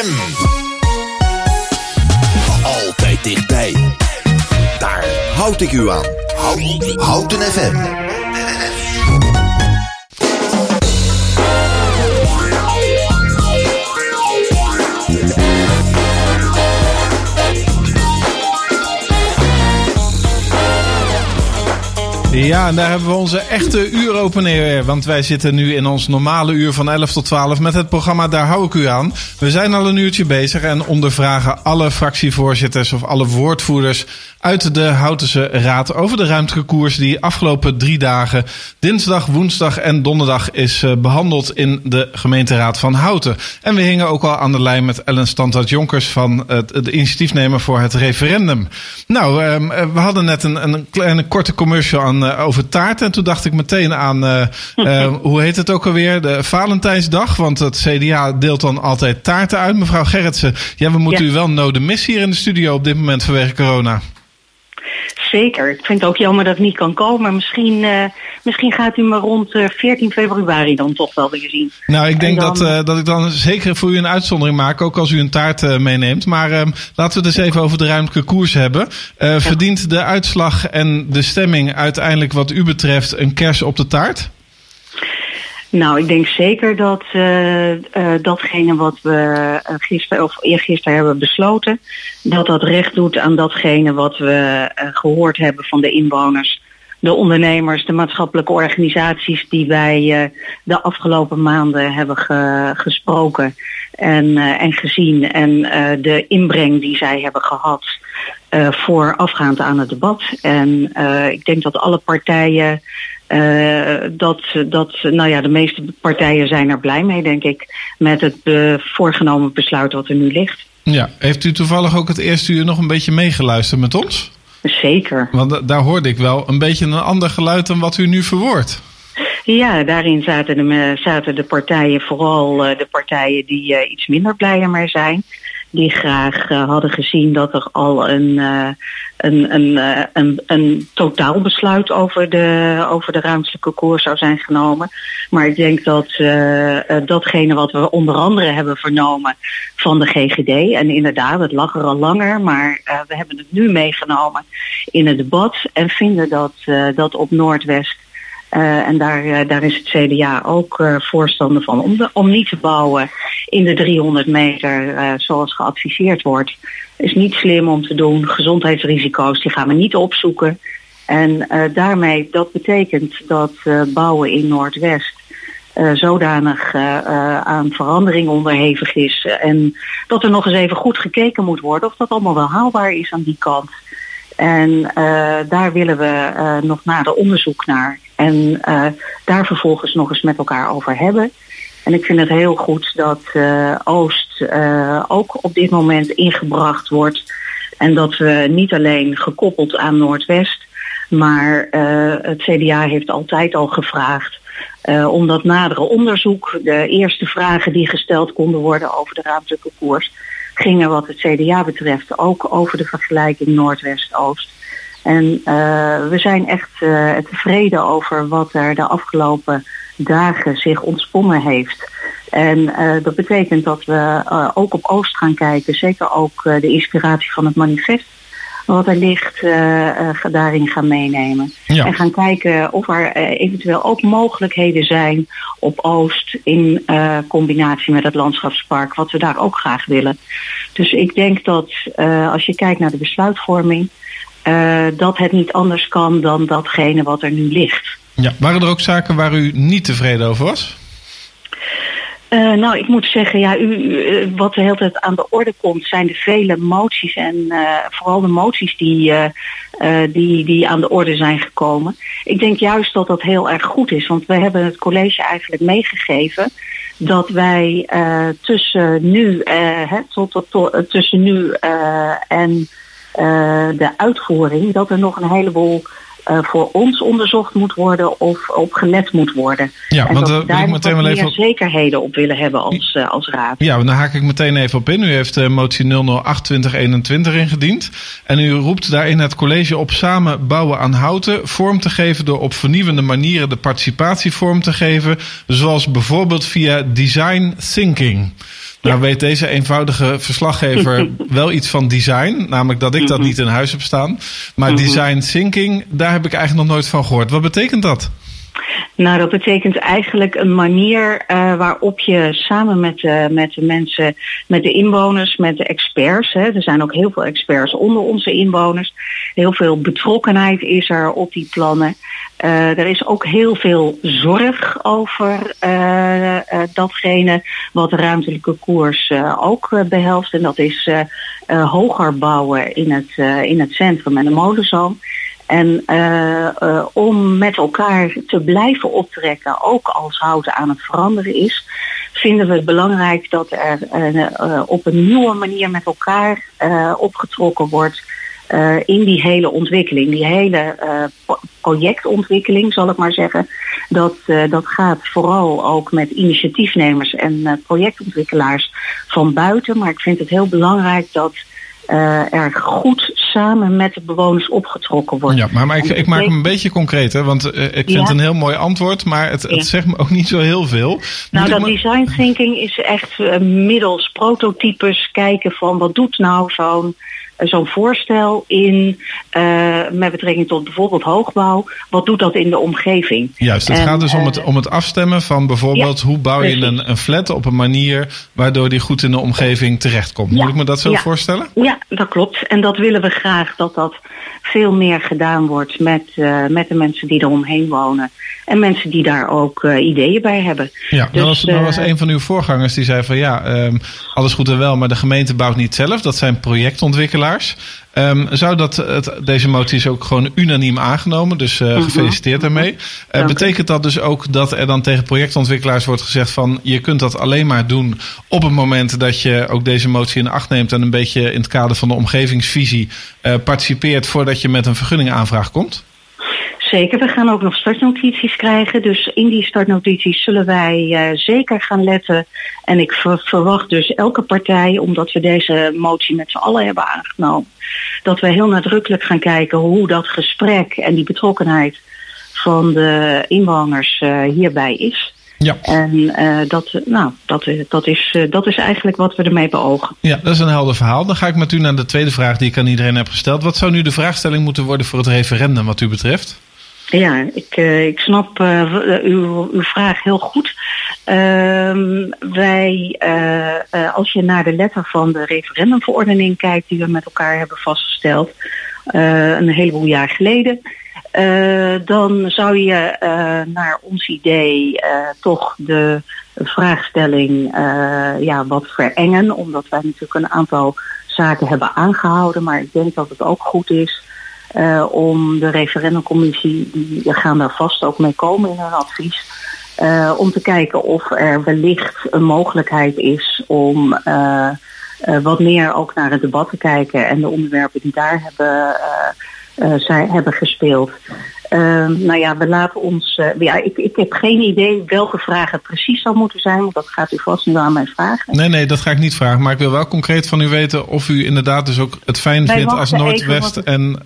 FM. Altijd dichtbij. Daar houd ik u aan. Houten FM. Ja, en daar hebben we onze echte uuropener. Want wij zitten nu in ons normale uur van 11 tot 12 met het programma Daar hou ik u aan. We zijn al een uurtje bezig en ondervragen alle fractievoorzitters of alle woordvoerders uit de Houtense Raad over de ruimtelijke koers die afgelopen 3 dagen, dinsdag, woensdag en donderdag, is behandeld in de gemeenteraad van Houten. En we hingen ook al aan de lijn met Ellen Standaert-Jonkers van de initiatiefnemer voor het referendum. Nou, we hadden net een kleine korte commercial over taart. En toen dacht ik meteen aan, hoe heet het ook alweer? De Valentijnsdag. Want het CDA deelt dan altijd taarten uit. Mevrouw Gerritsen, we moeten u wel noden missen hier in de studio op dit moment vanwege corona. Zeker. Ik vind het ook jammer dat ik niet kan komen. Misschien gaat u me rond 14 februari dan toch wel weer zien. Nou, ik denk dat ik dan zeker voor u een uitzondering maak, ook als u een taart meeneemt. Maar laten we het eens even over de ruimtelijke koers hebben. Verdient de uitslag en de stemming uiteindelijk wat u betreft een kers op de taart? Nou, ik denk zeker dat datgene wat we gisteren of eergisteren hebben besloten, dat recht doet aan datgene wat we gehoord hebben van de inwoners, de ondernemers, de maatschappelijke organisaties die wij de afgelopen maanden hebben gesproken en gezien. En de inbreng die zij hebben gehad voorafgaand aan het debat. En ik denk dat alle partijen, de meeste partijen zijn er blij mee, denk ik, met het voorgenomen besluit wat er nu ligt. Ja, heeft u toevallig ook het eerste uur nog een beetje meegeluisterd met ons? Zeker. Want daar hoorde ik wel een beetje een ander geluid dan wat u nu verwoordt. Ja, daarin zaten de partijen, vooral de partijen die iets minder blij ermee zijn. Die graag hadden gezien dat er al een totaalbesluit over de ruimtelijke koers zou zijn genomen. Maar ik denk dat datgene wat we onder andere hebben vernomen van de GGD, en inderdaad, het lag er al langer, maar we hebben het nu meegenomen in het debat en vinden dat op Noordwest, en daar is het CDA ook voorstander van, om niet te bouwen in de 300 meter zoals geadviseerd wordt. Is niet slim om te doen. Gezondheidsrisico's die gaan we niet opzoeken. En daarmee, dat betekent dat bouwen in Noordwest zodanig aan verandering onderhevig is. En dat er nog eens even goed gekeken moet worden of dat allemaal wel haalbaar is aan die kant. En daar willen we nog nader onderzoek naar. En daar vervolgens nog eens met elkaar over hebben. En ik vind het heel goed dat Oost ook op dit moment ingebracht wordt. En dat we niet alleen gekoppeld aan Noordwest, maar het CDA heeft altijd al gevraagd om dat nadere onderzoek. De eerste vragen die gesteld konden worden over de ruimtelijke koers gingen wat het CDA betreft ook over de vergelijking Noordwest-Oost. En we zijn echt tevreden over wat er de afgelopen dagen zich ontsponnen heeft. En dat betekent dat we ook op Oost gaan kijken. Zeker ook de inspiratie van het manifest wat er ligt, daarin gaan meenemen. Ja. En gaan kijken of er eventueel ook mogelijkheden zijn op Oost in combinatie met het landschapspark, wat we daar ook graag willen. Dus ik denk dat als je kijkt naar de besluitvorming, dat het niet anders kan dan datgene wat er nu ligt. Ja, waren er ook zaken waar u niet tevreden over was? Nou, ik moet zeggen, wat de hele tijd aan de orde komt, zijn de vele moties en vooral de moties die aan de orde zijn gekomen. Ik denk juist dat dat heel erg goed is, want we hebben het college eigenlijk meegegeven dat wij tussen nu en de uitvoering, dat er nog een heleboel voor ons onderzocht moet worden of op gelet moet worden. Ja, en want dat we daar nog meer zekerheden op willen hebben als raad. Ja, dan haak ik meteen even op in. U heeft motie 008/2021 ingediend. En u roept daarin het college op samen bouwen aan Houten vorm te geven door op vernieuwende manieren de participatie vorm te geven, zoals bijvoorbeeld via design thinking. Nou weet deze eenvoudige verslaggever wel iets van design. Namelijk dat ik dat niet in huis heb staan. Maar design thinking, daar heb ik eigenlijk nog nooit van gehoord. Wat betekent dat? Nou, dat betekent eigenlijk een manier waarop je samen met de mensen, met de inwoners, met de experts, er zijn ook heel veel experts onder onze inwoners, heel veel betrokkenheid is er op die plannen. Er is ook heel veel zorg over datgene wat de ruimtelijke koers ook behelst. En dat is hoger bouwen in het centrum en de molenzoom. En om met elkaar te blijven optrekken, ook als Houten aan het veranderen is, vinden we het belangrijk dat er op een nieuwe manier met elkaar opgetrokken wordt in die hele ontwikkeling. Die hele projectontwikkeling, zal ik maar zeggen. Dat gaat vooral ook met initiatiefnemers en projectontwikkelaars van buiten. Maar ik vind het heel belangrijk dat er goed samen met de bewoners opgetrokken wordt. Ja, maar ik maak hem een beetje concreter, want ik vind het een heel mooi antwoord, maar het zegt me ook niet zo heel veel. Design thinking is echt middels prototypes kijken van wat doet nou zo'n voorstel met betrekking tot bijvoorbeeld hoogbouw. Wat doet dat in de omgeving? Juist, het gaat dus om het afstemmen van bijvoorbeeld hoe bouw je een flat op een manier waardoor die goed in de omgeving terechtkomt. Moet ik me dat zo voorstellen? Ja, dat klopt. En dat willen we graag dat veel meer gedaan wordt met de mensen die er omheen wonen. En mensen die daar ook ideeën bij hebben. Ja, dus, dat was een van uw voorgangers die zei van alles goed en wel, maar de gemeente bouwt niet zelf. Dat zijn projectontwikkelaars. Zou deze motie is ook gewoon unaniem aangenomen, dus gefeliciteerd daarmee. Betekent dat dus ook dat er dan tegen projectontwikkelaars wordt gezegd van je kunt dat alleen maar doen op het moment dat je ook deze motie in acht neemt en een beetje in het kader van de omgevingsvisie participeert voordat je met een vergunningaanvraag komt? Zeker, we gaan ook nog startnotities krijgen. Dus in die startnotities zullen wij zeker gaan letten. En ik verwacht dus elke partij, omdat we deze motie met z'n allen hebben aangenomen, dat we heel nadrukkelijk gaan kijken hoe dat gesprek en die betrokkenheid van de inwoners hierbij is. Ja. En dat is eigenlijk wat we ermee beogen. Ja, dat is een helder verhaal. Dan ga ik met u naar de tweede vraag die ik aan iedereen heb gesteld. Wat zou nu de vraagstelling moeten worden voor het referendum wat u betreft? Ja, ik snap uw vraag heel goed. Als je naar de letter van de referendumverordening kijkt die we met elkaar hebben vastgesteld, een heleboel jaar geleden, dan zou je naar ons idee toch de vraagstelling wat verengen, omdat wij natuurlijk een aantal zaken hebben aangehouden, maar ik denk dat het ook goed is om de referendumcommissie, die gaan daar vast ook mee komen in hun advies, om te kijken of er wellicht een mogelijkheid is om wat meer ook naar het debat te kijken en de onderwerpen die daar hebben gespeeld. We laten ons. Ik heb geen idee welke vraag het precies zou moeten zijn, want dat gaat u vast nu aan mij vragen. Nee, dat ga ik niet vragen. Maar ik wil wel concreet van u weten of u inderdaad dus ook het fijn vindt als Noordwest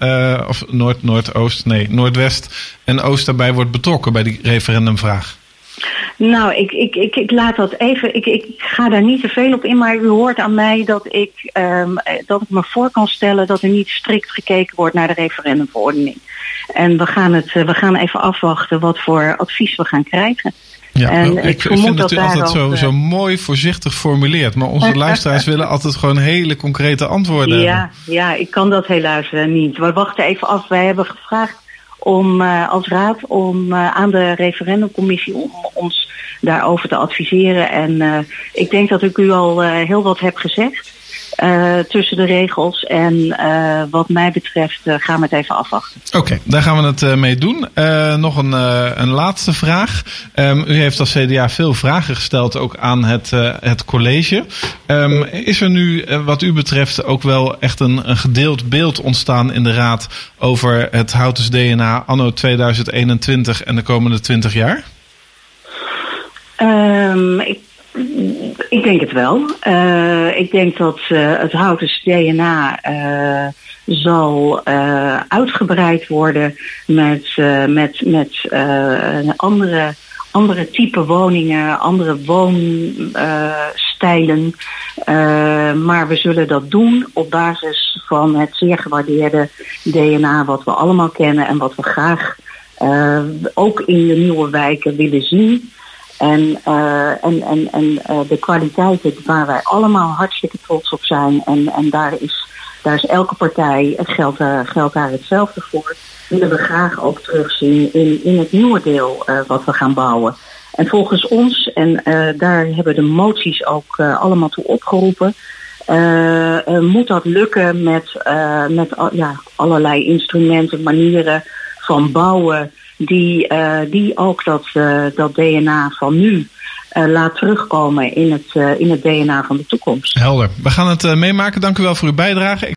Noordwest en Oost daarbij wordt betrokken bij die referendumvraag. Nou, ik laat dat even. Ik ga daar niet te veel op in, maar u hoort aan mij dat ik me voor kan stellen dat er niet strikt gekeken wordt naar de referendumverordening. En we gaan even afwachten wat voor advies we gaan krijgen. Ja, en ik vind dat u altijd zo mooi voorzichtig formuleert. Maar onze luisteraars willen altijd gewoon hele concrete antwoorden hebben. Ja, ik kan dat helaas niet. We wachten even af. Wij hebben gevraagd als raad aan de referendumcommissie om ons daarover te adviseren. En ik denk dat ik u al heel wat heb gezegd tussen de regels. En wat mij betreft gaan we het even afwachten. Oké, daar gaan we het mee doen. Nog een laatste vraag. U heeft als CDA veel vragen gesteld ook aan het college. Is er nu wat u betreft ook wel echt een gedeeld beeld ontstaan in de raad over het Houtens DNA anno 2021 en de komende 20 jaar? Ik denk het wel. Ik denk dat het Houtens DNA zal uitgebreid worden met andere type woningen, andere stijlen. Maar we zullen dat doen op basis van het zeer gewaardeerde DNA wat we allemaal kennen en wat we graag ook in de nieuwe wijken willen zien. En de kwaliteiten waar wij allemaal hartstikke trots op zijn. En daar is elke partij, het geldt daar hetzelfde voor. Willen we graag ook terugzien in het nieuwe deel wat we gaan bouwen. En volgens ons, en daar hebben de moties ook allemaal toe opgeroepen, moet dat lukken met allerlei instrumenten, manieren van bouwen die ook dat DNA van nu laat terugkomen in het DNA van de toekomst. Helder. We gaan het meemaken. Dank u wel voor uw bijdrage.